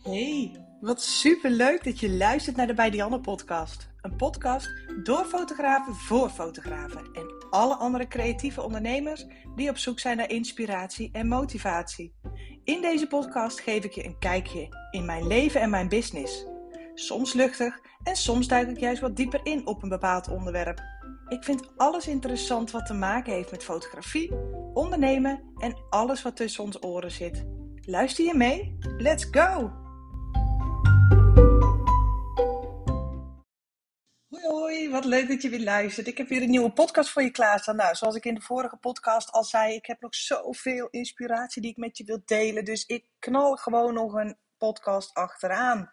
Hey, wat superleuk dat je luistert naar de Bij Dianne podcast. Een podcast door fotografen voor fotografen en alle andere creatieve ondernemers die op zoek zijn naar inspiratie en motivatie. In deze podcast geef ik je een kijkje in mijn leven en mijn business. Soms luchtig en soms duik ik juist wat dieper in op een bepaald onderwerp. Ik vind alles interessant wat te maken heeft met fotografie, ondernemen en alles wat tussen ons oren zit. Luister je mee? Let's go! Hoi, wat leuk dat je weer luistert. Ik heb weer een nieuwe podcast voor je klaarstaan. Nou, zoals ik in de vorige podcast al zei, ik heb nog zoveel inspiratie die ik met je wil delen. Dus ik knal gewoon nog een podcast achteraan.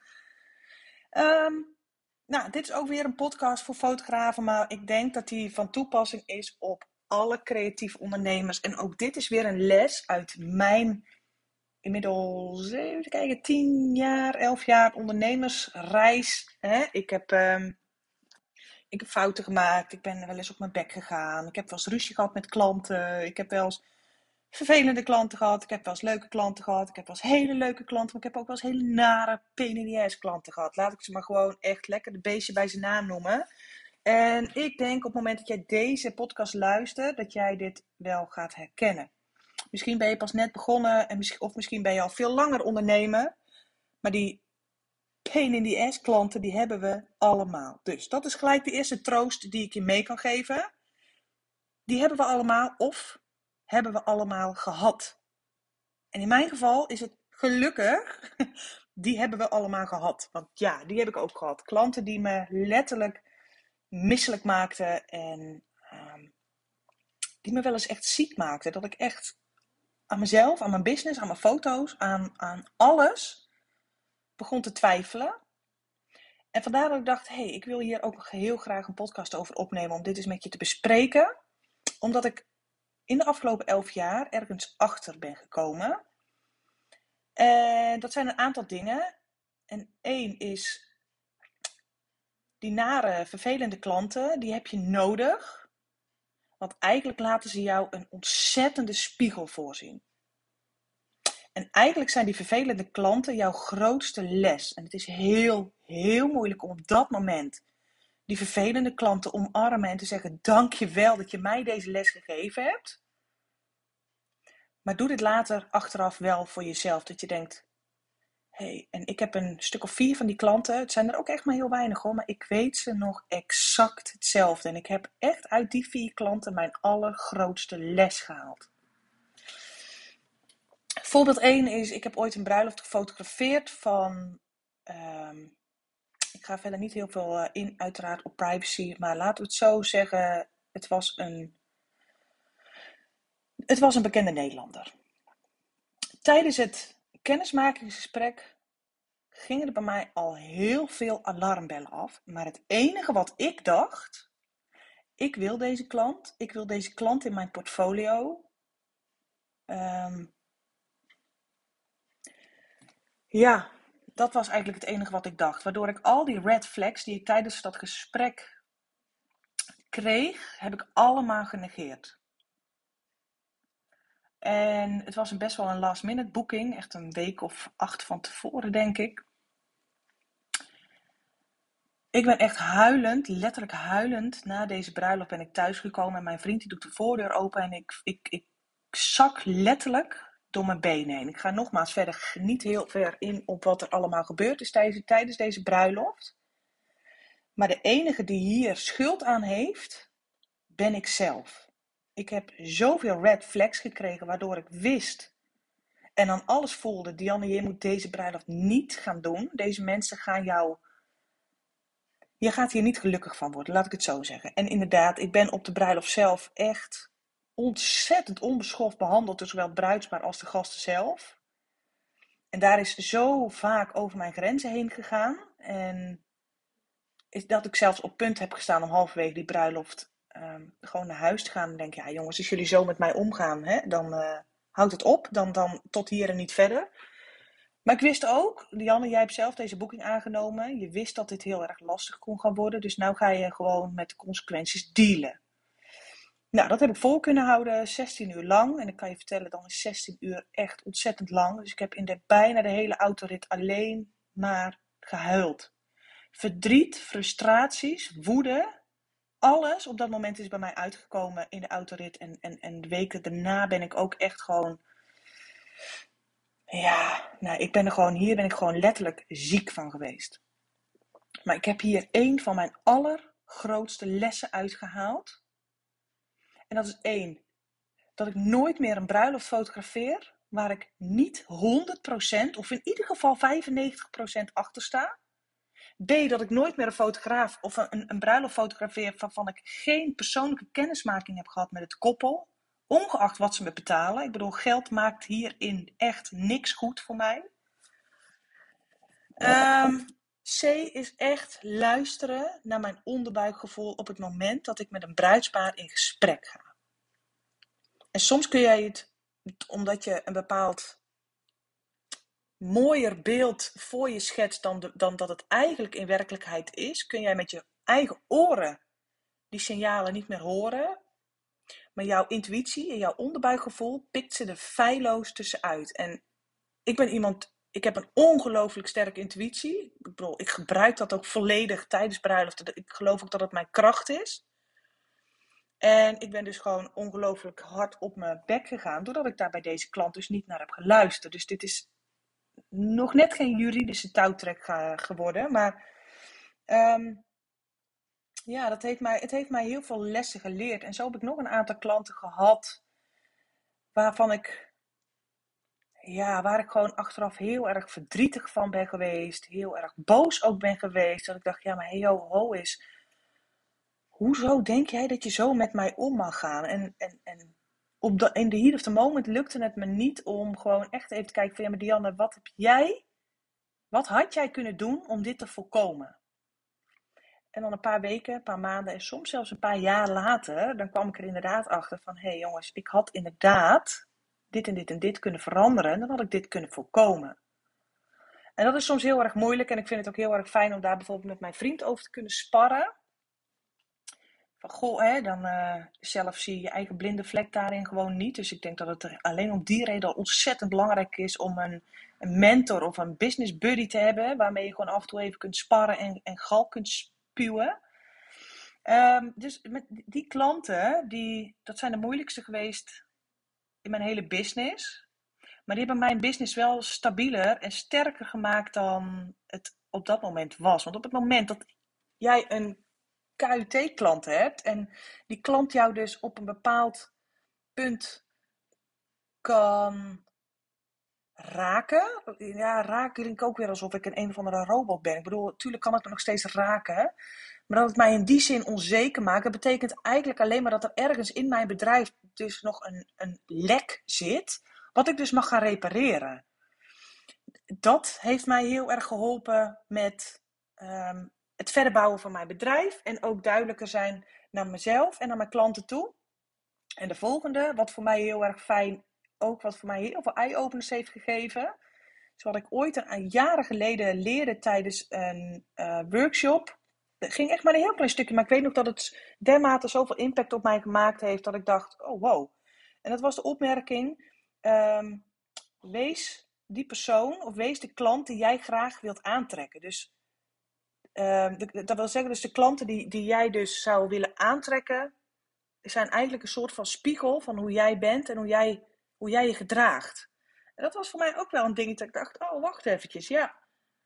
Nou, dit is ook weer een podcast voor fotografen, maar ik denk dat die van toepassing is op alle creatieve ondernemers. En ook dit is weer een les uit mijn inmiddels, even kijken, 10 jaar, 11 jaar ondernemersreis. Ik heb fouten gemaakt. Ik ben wel eens op mijn bek gegaan. Ik heb wel eens ruzie gehad met klanten. Ik heb wel eens vervelende klanten gehad. Ik heb wel eens leuke klanten gehad. Ik heb wel eens hele leuke klanten. Maar ik heb ook wel eens hele nare pain in the ass klanten gehad. Laat ik ze maar gewoon echt lekker de beestje bij zijn naam noemen. En ik denk op het moment dat jij deze podcast luistert, dat jij dit wel gaat herkennen. Misschien ben je pas net begonnen of misschien ben je al veel langer ondernemer. Maar die pain in the ass klanten, die hebben we allemaal. Dus dat is gelijk de eerste troost die ik je mee kan geven. Die hebben we allemaal of hebben we allemaal gehad. En in mijn geval is het gelukkig, die hebben we allemaal gehad. Want ja, die heb ik ook gehad. Klanten die me letterlijk misselijk maakten en die me wel eens echt ziek maakten. Dat ik echt aan mezelf, aan mijn business, aan mijn foto's, aan alles begon te twijfelen. En vandaar dat ik dacht, ik wil hier ook heel graag een podcast over opnemen om dit eens met je te bespreken. Omdat ik in de afgelopen 11 jaar ergens achter ben gekomen. En dat zijn een aantal dingen. En één is, die nare, vervelende klanten, die heb je nodig. Want eigenlijk laten ze jou een ontzettende spiegel voorzien. En eigenlijk zijn die vervelende klanten jouw grootste les. En het is heel, heel moeilijk om op dat moment die vervelende klanten omarmen en te zeggen, dank je wel dat je mij deze les gegeven hebt. Maar doe dit later achteraf wel voor jezelf. Dat je denkt, en ik heb een stuk of 4 van die klanten. Het zijn er ook echt maar heel weinig hoor. Maar ik weet ze nog exact hetzelfde. En ik heb echt uit die 4 klanten mijn allergrootste les gehaald. Voorbeeld 1 is, ik heb ooit een bruiloft gefotografeerd van... ik ga verder niet heel veel in, uiteraard, op privacy. Maar laten we het zo zeggen, het was een bekende Nederlander. Tijdens het kennismakingsgesprek gingen er bij mij al heel veel alarmbellen af. Maar het enige wat ik dacht, ik wil deze klant in mijn portfolio. Ja, dat was eigenlijk het enige wat ik dacht. Waardoor ik al die red flags die ik tijdens dat gesprek kreeg, heb ik allemaal genegeerd. En het was best wel een last minute boeking. Echt een week of 8 van tevoren, denk ik. Ik ben echt huilend, letterlijk huilend. Na deze bruiloft ben ik thuisgekomen en mijn vriend die doet de voordeur open. En ik zak letterlijk door mijn benen heen. Ik ga nogmaals verder niet heel ver in op wat er allemaal gebeurd is tijdens deze bruiloft. Maar de enige die hier schuld aan heeft, ben ik zelf. Ik heb zoveel red flags gekregen waardoor ik wist en aan alles voelde, Dianne, je moet deze bruiloft niet gaan doen. Deze mensen gaan jou... Je gaat hier niet gelukkig van worden, laat ik het zo zeggen. En inderdaad, ik ben op de bruiloft zelf echt ontzettend onbeschoft behandeld door zowel het bruidspaar als de gasten zelf. En daar is zo vaak over mijn grenzen heen gegaan. En is dat ik zelfs op punt heb gestaan om halverwege die bruiloft gewoon naar huis te gaan. En denk, ja jongens, als jullie zo met mij omgaan, dan houdt het op. Dan tot hier en niet verder. Maar ik wist ook, Dianne, jij hebt zelf deze boeking aangenomen. Je wist dat dit heel erg lastig kon gaan worden. Dus nou ga je gewoon met de consequenties dealen. Nou, dat heb ik vol kunnen houden, 16 uur lang. En ik kan je vertellen, dan is 16 uur echt ontzettend lang. Dus ik heb in bijna de hele autorit alleen maar gehuild. Verdriet, frustraties, woede, alles op dat moment is bij mij uitgekomen in de autorit. En de weken daarna ben ik ook echt gewoon, ja, nou, hier ben ik gewoon letterlijk ziek van geweest. Maar ik heb hier een van mijn allergrootste lessen uitgehaald. En dat is één, dat ik nooit meer een bruiloft fotografeer waar ik niet 100% of in ieder geval 95% achter sta. B, dat ik nooit meer een fotograaf of een bruiloft fotografeer waarvan ik geen persoonlijke kennismaking heb gehad met het koppel. Ongeacht wat ze me betalen. Ik bedoel, geld maakt hierin echt niks goed voor mij. C is echt luisteren naar mijn onderbuikgevoel op het moment dat ik met een bruidspaar in gesprek ga. En soms kun jij het, omdat je een bepaald mooier beeld voor je schetst dan dat het eigenlijk in werkelijkheid is, kun jij met je eigen oren die signalen niet meer horen. Maar jouw intuïtie en jouw onderbuikgevoel pikt ze er feilloos tussenuit. En ik heb een ongelooflijk sterke intuïtie. Ik bedoel, ik gebruik dat ook volledig tijdens bruiloft. Ik geloof ook dat het mijn kracht is. En ik ben dus gewoon ongelooflijk hard op mijn bek gegaan, doordat ik daar bij deze klant dus niet naar heb geluisterd. Dus dit is nog net geen juridische touwtrek geworden. Maar ja, het heeft mij heel veel lessen geleerd. En zo heb ik nog een aantal klanten gehad waar ik gewoon achteraf heel erg verdrietig van ben geweest. Heel erg boos ook ben geweest. Dat ik dacht, ja, maar hey, ho is. Hoezo denk jij dat je zo met mij om mag gaan? En in de heat of the moment lukte het me niet om gewoon echt even te kijken van, ja, maar Dianne, wat had jij kunnen doen om dit te voorkomen? En dan een paar weken, een paar maanden en soms zelfs een paar jaar later, dan kwam ik er inderdaad achter van, hé jongens, ik had inderdaad dit en dit en dit kunnen veranderen en dan had ik dit kunnen voorkomen. En dat is soms heel erg moeilijk en ik vind het ook heel erg fijn om daar bijvoorbeeld met mijn vriend over te kunnen sparren. Van goh, hè, dan zelf zie je je eigen blinde vlek daarin gewoon niet. Dus ik denk dat het er alleen om die reden al ontzettend belangrijk is om een mentor of een business buddy te hebben, waarmee je gewoon af en toe even kunt sparren en gal kunt spuwen. Dus met die klanten, dat zijn de moeilijkste geweest in mijn hele business. Maar die hebben mijn business wel stabieler en sterker gemaakt dan het op dat moment was. Want op het moment dat jij een KUT-klant hebt en die klant jou dus op een bepaald punt kan raken. Ja, raken klinkt ook weer alsof ik een of andere robot ben. Ik bedoel, natuurlijk kan het me nog steeds raken. Maar dat het mij in die zin onzeker maakt, dat betekent eigenlijk alleen maar dat er ergens in mijn bedrijf dus nog een lek zit, wat ik dus mag gaan repareren. Dat heeft mij heel erg geholpen met het verder bouwen van mijn bedrijf en ook duidelijker zijn naar mezelf en naar mijn klanten toe. En de volgende, wat voor mij heel erg fijn, ook wat voor mij heel veel eye-openers heeft gegeven, is wat ik ooit jaren geleden leerde tijdens een workshop. Het ging echt maar een heel klein stukje, maar ik weet nog dat het dermate zoveel impact op mij gemaakt heeft dat ik dacht, oh wow. En dat was de opmerking, wees die persoon of wees de klant die jij graag wilt aantrekken. Dus dat wil zeggen, dus de klanten die jij dus zou willen aantrekken, zijn eigenlijk een soort van spiegel van hoe jij bent en hoe jij je gedraagt. En dat was voor mij ook wel een ding dat ik dacht, oh wacht eventjes, ja.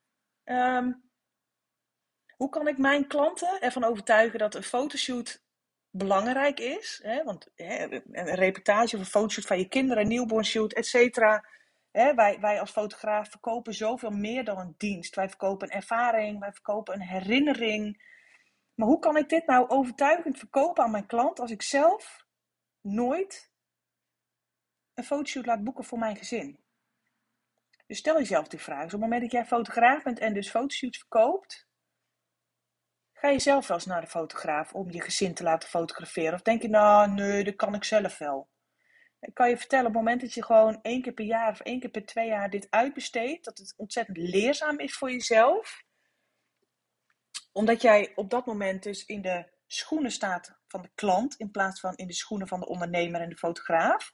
Hoe kan ik mijn klanten ervan overtuigen dat een fotoshoot belangrijk is? Hè? Want een reportage of een fotoshoot van je kinderen, een newborn shoot, et cetera. Wij als fotograaf verkopen zoveel meer dan een dienst. Wij verkopen een ervaring, wij verkopen een herinnering. Maar hoe kan ik dit nou overtuigend verkopen aan mijn klant als ik zelf nooit een fotoshoot laat boeken voor mijn gezin? Dus stel jezelf die vraag. Dus op het moment dat jij fotograaf bent en dus fotoshoots verkoopt, ga je zelf wel eens naar de fotograaf om je gezin te laten fotograferen? Of denk je, nou nee, dat kan ik zelf wel. Ik kan je vertellen, op het moment dat je gewoon 1 keer per jaar of 1 keer per 2 jaar dit uitbesteedt, dat het ontzettend leerzaam is voor jezelf. Omdat jij op dat moment dus in de schoenen staat van de klant in plaats van in de schoenen van de ondernemer en de fotograaf.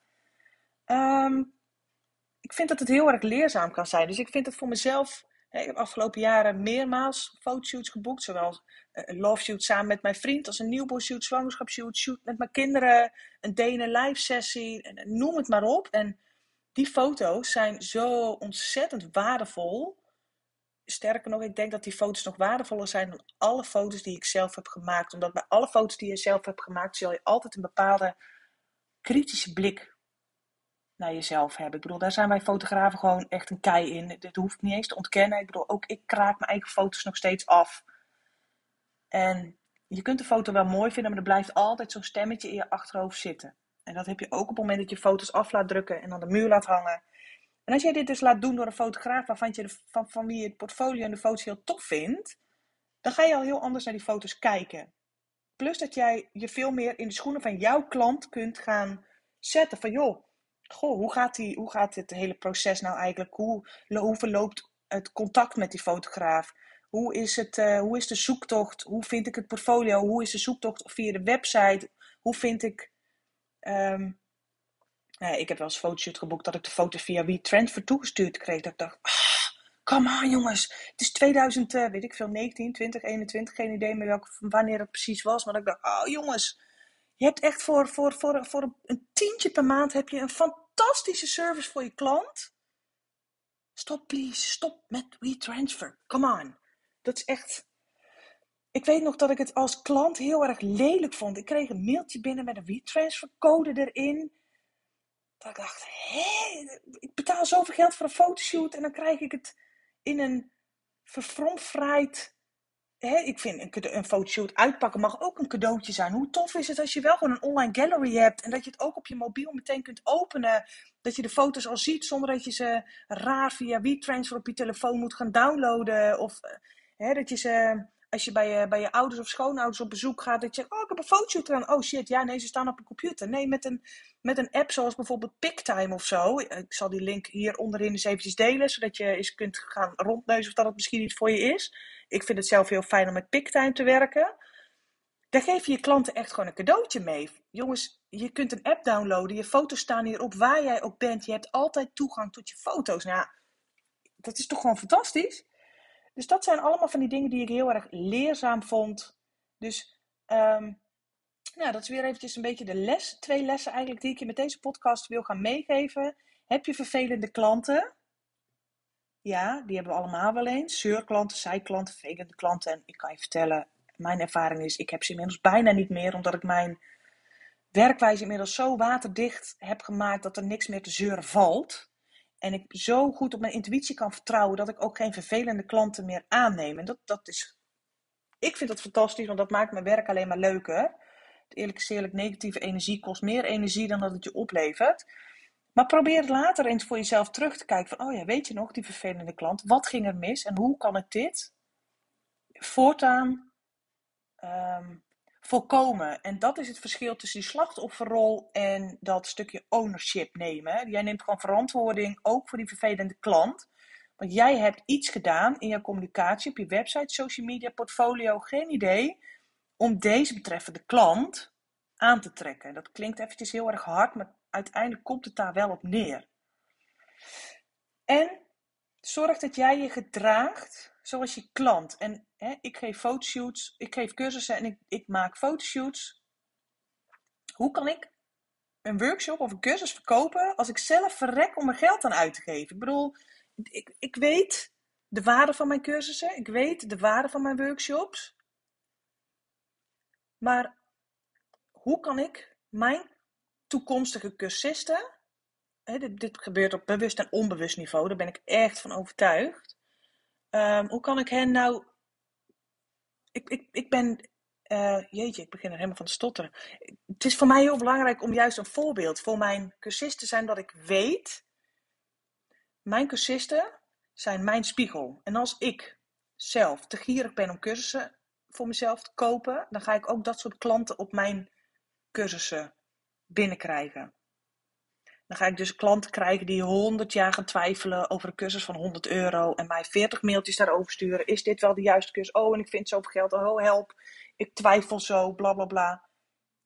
Ik vind dat het heel erg leerzaam kan zijn. Dus ik vind het voor mezelf. Ik heb afgelopen jaren meermaals fotoshoots geboekt. Zowel een love shoot samen met mijn vriend als een newborn shoot, zwangerschapsshoot, shoot met mijn kinderen, een day in a life sessie, noem het maar op. En die foto's zijn zo ontzettend waardevol. Sterker nog, ik denk dat die foto's nog waardevoller zijn dan alle foto's die ik zelf heb gemaakt. Omdat bij alle foto's die je zelf hebt gemaakt, zul je altijd een bepaalde kritische blik naar jezelf hebben. Ik bedoel, daar zijn wij fotografen gewoon echt een kei in. Dit hoef ik niet eens te ontkennen. Ik bedoel, ook ik kraak mijn eigen foto's nog steeds af. En je kunt de foto wel mooi vinden, maar er blijft altijd zo'n stemmetje in je achterhoofd zitten. En dat heb je ook op het moment dat je foto's af laat drukken en aan de muur laat hangen. En als jij dit dus laat doen door een fotograaf waarvan je van wie je het portfolio en de foto's heel tof vindt, dan ga je al heel anders naar die foto's kijken. Plus dat jij je veel meer in de schoenen van jouw klant kunt gaan zetten. Van joh, hoe gaat dit hele proces nou eigenlijk? Hoe verloopt het contact met die fotograaf? Hoe is de zoektocht? Hoe vind ik het portfolio? Hoe is de zoektocht via de website? Hoe vind ik... ik heb wel eens fotoshoot geboekt dat ik de foto's via WeTransfer toegestuurd kreeg. Dat ik dacht, come on jongens, het is 2019, 20, 21, geen idee meer wanneer het precies was. Maar dat ik dacht, jongens, je hebt echt voor een tientje per maand heb je een fantastische service voor je klant. Stop met WeTransfer, come on. Dat is echt... Ik weet nog dat ik het als klant heel erg lelijk vond. Ik kreeg een mailtje binnen met een WeTransfer code erin. Dat ik dacht, ik betaal zoveel geld voor een fotoshoot en dan krijg ik het in een verfromfraaid... Ik vind een fotoshoot uitpakken mag ook een cadeautje zijn. Hoe tof is het als je wel gewoon een online gallery hebt en dat je het ook op je mobiel meteen kunt openen. Dat je de foto's al ziet zonder dat je ze raar via WeTransfer op je telefoon moet gaan downloaden. Of dat je ze, als je bij je ouders of schoonouders op bezoek gaat, dat je zegt, ik heb een fotoshoot gedaan. Oh shit, ja nee, ze staan op een computer. Nee, met een app zoals bijvoorbeeld PicTime of zo. Ik zal die link hier onderin eens eventjes delen, zodat je eens kunt gaan rondneuzen of dat het misschien iets voor je is. Ik vind het zelf heel fijn om met PicTime te werken. Daar geef je je klanten echt gewoon een cadeautje mee. Jongens, je kunt een app downloaden. Je foto's staan hierop waar jij ook bent. Je hebt altijd toegang tot je foto's. Nou ja, dat is toch gewoon fantastisch? Dus dat zijn allemaal van die dingen die ik heel erg leerzaam vond. Dus dat is weer eventjes een beetje de les. 2 lessen eigenlijk die ik je met deze podcast wil gaan meegeven. Heb je vervelende klanten? Ja, die hebben we allemaal wel eens. Zeurklanten, zijklanten, vervelende klanten. En ik kan je vertellen, mijn ervaring is, ik heb ze inmiddels bijna niet meer. Omdat ik mijn werkwijze inmiddels zo waterdicht heb gemaakt dat er niks meer te zeuren valt. En ik zo goed op mijn intuïtie kan vertrouwen dat ik ook geen vervelende klanten meer aanneem. En ik vind dat fantastisch, want dat maakt mijn werk alleen maar leuker. Eerlijk is eerlijk, negatieve energie kost meer energie dan dat het je oplevert. Maar probeer later eens voor jezelf terug te kijken van, weet je nog, die vervelende klant, wat ging er mis en hoe kan ik dit voortaan voorkomen? En dat is het verschil tussen die slachtofferrol en dat stukje ownership nemen. Jij neemt gewoon verantwoording, ook voor die vervelende klant. Want jij hebt iets gedaan in je communicatie, op je website, social media, portfolio, geen idee, om deze betreffende klant aan te trekken. Dat klinkt eventjes heel erg hard, maar uiteindelijk komt het daar wel op neer. En zorg dat jij je gedraagt zoals je klant. En ik geef fotoshoots, ik geef cursussen en ik maak fotoshoots. Hoe kan ik een workshop of een cursus verkopen als ik zelf verrek om er geld aan uit te geven? Ik bedoel, ik weet de waarde van mijn cursussen, ik weet de waarde van mijn workshops. Maar hoe kan ik mijn toekomstige cursisten, dit gebeurt op bewust en onbewust niveau, daar ben ik echt van overtuigd. Hoe kan ik hen nou... Ik ben... jeetje, ik begin er helemaal van te stotteren. Het is voor mij heel belangrijk om juist een voorbeeld voor mijn cursisten te zijn dat ik weet, mijn cursisten zijn mijn spiegel. En als ik zelf te gierig ben om cursussen voor mezelf te kopen, dan ga ik ook dat soort klanten op mijn cursussen binnenkrijgen. Dan ga ik dus klanten krijgen die 100 jaar gaan twijfelen over een cursus van €100 en mij 40 mailtjes daarover sturen. Is dit wel de juiste cursus? En ik vind zoveel geld. Oh, help. Ik twijfel zo, bla bla bla.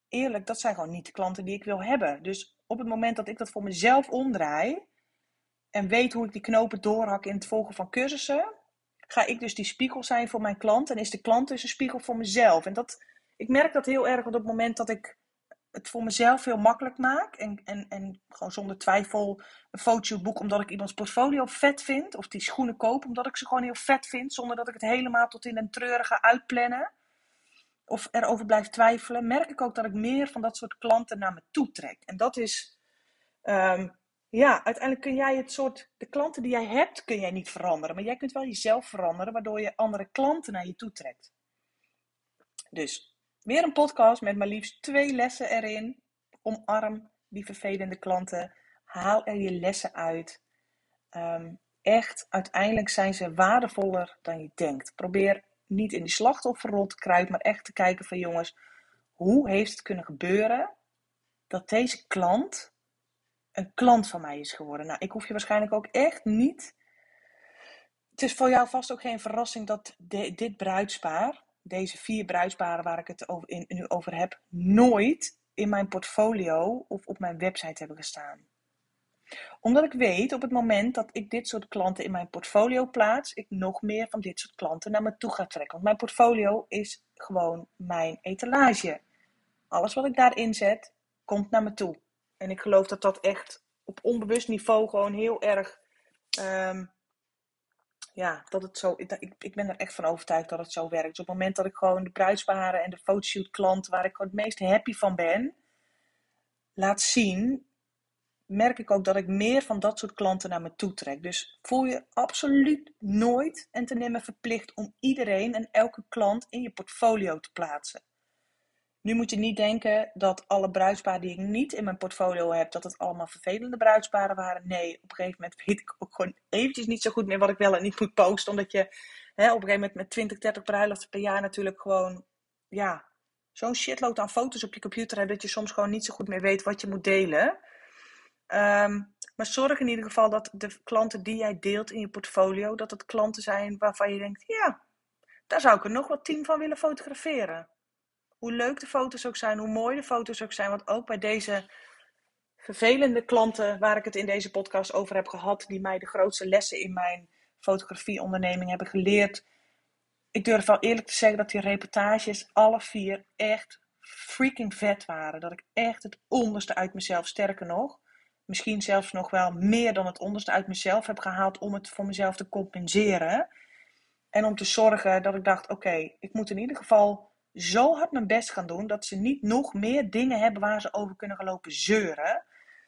eerlijk, dat zijn gewoon niet de klanten die ik wil hebben. Dus op het moment dat ik dat voor mezelf omdraai en weet hoe ik die knopen doorhak in het volgen van cursussen, ga ik dus die spiegel zijn voor mijn klant en is de klant dus een spiegel voor mezelf. En ik merk dat heel erg op het moment dat ik het voor mezelf heel makkelijk maak en gewoon zonder twijfel een fotoshoot boek omdat ik iemands portfolio vet vind, of die schoenen koop omdat ik ze gewoon heel vet vind, zonder dat ik het helemaal tot in een treuren ga uitplannen of erover blijf twijfelen, merk ik ook dat ik meer van dat soort klanten naar me toe trek. En dat is, uiteindelijk kun jij de klanten die jij hebt, kun jij niet veranderen. Maar jij kunt wel jezelf veranderen, waardoor je andere klanten naar je toe trekt. Dus, weer een podcast met maar liefst 2 lessen erin. Omarm die vervelende klanten. Haal er je lessen uit. Echt, uiteindelijk zijn ze waardevoller dan je denkt. Probeer niet in die slachtofferrol te kruipen, maar echt te kijken van jongens, hoe heeft het kunnen gebeuren dat deze klant een klant van mij is geworden? Nou, ik hoef je waarschijnlijk ook echt niet. Het is voor jou vast ook geen verrassing dat dit bruidspaar, deze 4 bruidsparen waar ik het nu over heb, nooit in mijn portfolio of op mijn website hebben gestaan. Omdat ik weet, op het moment dat ik dit soort klanten in mijn portfolio plaats, ik nog meer van dit soort klanten naar me toe ga trekken. Want mijn portfolio is gewoon mijn etalage. Alles wat ik daarin zet, komt naar me toe. En ik geloof dat dat echt op onbewust niveau gewoon heel erg, dat het zo, ik ben er echt van overtuigd dat het zo werkt. Dus op het moment dat ik gewoon de bruidsparen en de fotoshoot klanten, waar ik gewoon het meest happy van ben, laat zien, merk ik ook dat ik meer van dat soort klanten naar me toe trek. Dus voel je absoluut nooit en ten nimmer verplicht om iedereen en elke klant in je portfolio te plaatsen. Nu moet je niet denken dat alle bruidsparen die ik niet in mijn portfolio heb, dat het allemaal vervelende bruidsparen waren. Nee, op een gegeven moment weet ik ook gewoon eventjes niet zo goed meer wat ik wel en niet moet posten. Omdat je op een gegeven moment met 20, 30 bruiloften per jaar natuurlijk gewoon, zo'n shitload aan foto's op je computer hebt, dat je soms gewoon niet zo goed meer weet wat je moet delen. Maar zorg in ieder geval dat de klanten die jij deelt in je portfolio, dat het klanten zijn waarvan je denkt, ja, daar zou ik er nog wat 10 van willen fotograferen. Hoe leuk de foto's ook zijn, hoe mooi de foto's ook zijn. Want ook bij deze vervelende klanten waar ik het in deze podcast over heb gehad, die mij de grootste lessen in mijn fotografieonderneming hebben geleerd. Ik durf wel eerlijk te zeggen dat die reportages alle 4 echt freaking vet waren. Dat ik echt het onderste uit mezelf, sterker nog, misschien zelfs nog wel meer dan het onderste uit mezelf heb gehaald om het voor mezelf te compenseren. En om te zorgen dat ik dacht, oké, ik moet in ieder geval zo hard mijn best gaan doen dat ze niet nog meer dingen hebben waar ze over kunnen gaan lopen zeuren.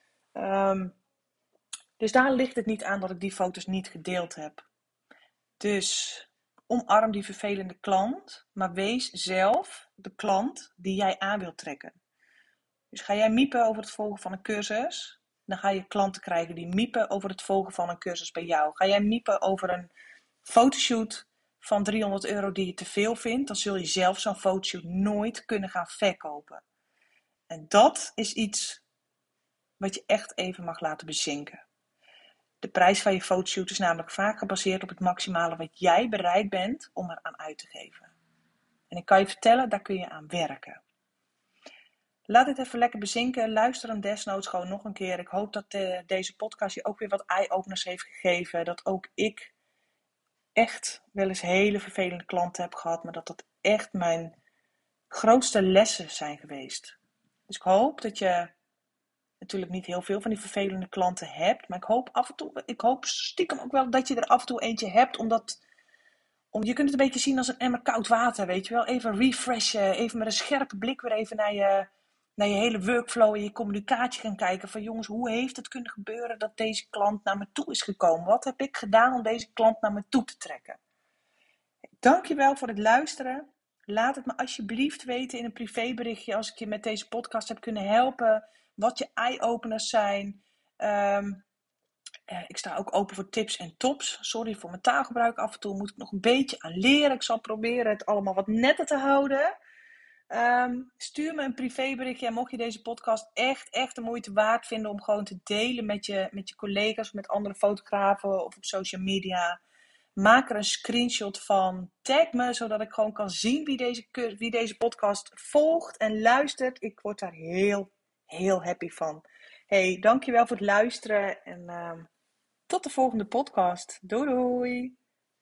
Dus daar ligt het niet aan dat ik die foto's niet gedeeld heb. Dus omarm die vervelende klant, maar wees zelf de klant die jij aan wilt trekken. Dus ga jij miepen over het volgen van een cursus, dan ga je klanten krijgen die miepen over het volgen van een cursus bij jou. Ga jij miepen over een fotoshoot van €300 die je te veel vindt, dan zul je zelf zo'n fotoshoot nooit kunnen gaan verkopen. En dat is iets wat je echt even mag laten bezinken. De prijs van je fotoshoot is namelijk vaak gebaseerd op het maximale wat jij bereid bent om eraan uit te geven. En ik kan je vertellen, daar kun je aan werken. Laat dit even lekker bezinken. Luister hem desnoods gewoon nog een keer. Ik hoop dat deze podcast je ook weer wat eye-openers heeft gegeven. Dat ook ik echt wel eens hele vervelende klanten heb gehad. Maar dat dat echt mijn grootste lessen zijn geweest. Dus ik hoop dat je natuurlijk niet heel veel van die vervelende klanten hebt. Maar ik hoop stiekem ook wel dat je er af en toe eentje hebt. Je kunt het een beetje zien als een emmer koud water, weet je wel. Even refreshen, even met een scherpe blik weer even naar je hele workflow en je communicatie gaan kijken. Van jongens, hoe heeft het kunnen gebeuren dat deze klant naar me toe is gekomen? Wat heb ik gedaan om deze klant naar me toe te trekken? Dankjewel voor het luisteren. Laat het me alsjeblieft weten in een privéberichtje als ik je met deze podcast heb kunnen helpen. Wat je eye-openers zijn. Ik sta ook open voor tips en tops. Sorry voor mijn taalgebruik af en toe. Moet ik nog een beetje aan leren. Ik zal proberen het allemaal wat netter te houden. Stuur me een privéberichtje. En mocht je deze podcast echt de moeite waard vinden om gewoon te delen met je collega's, met andere fotografen of op social media. Maak er een screenshot van. Tag me, zodat ik gewoon kan zien wie deze podcast volgt en luistert. Ik word daar heel, heel happy van. Hey, dankjewel voor het luisteren en tot de volgende podcast. Doei doei!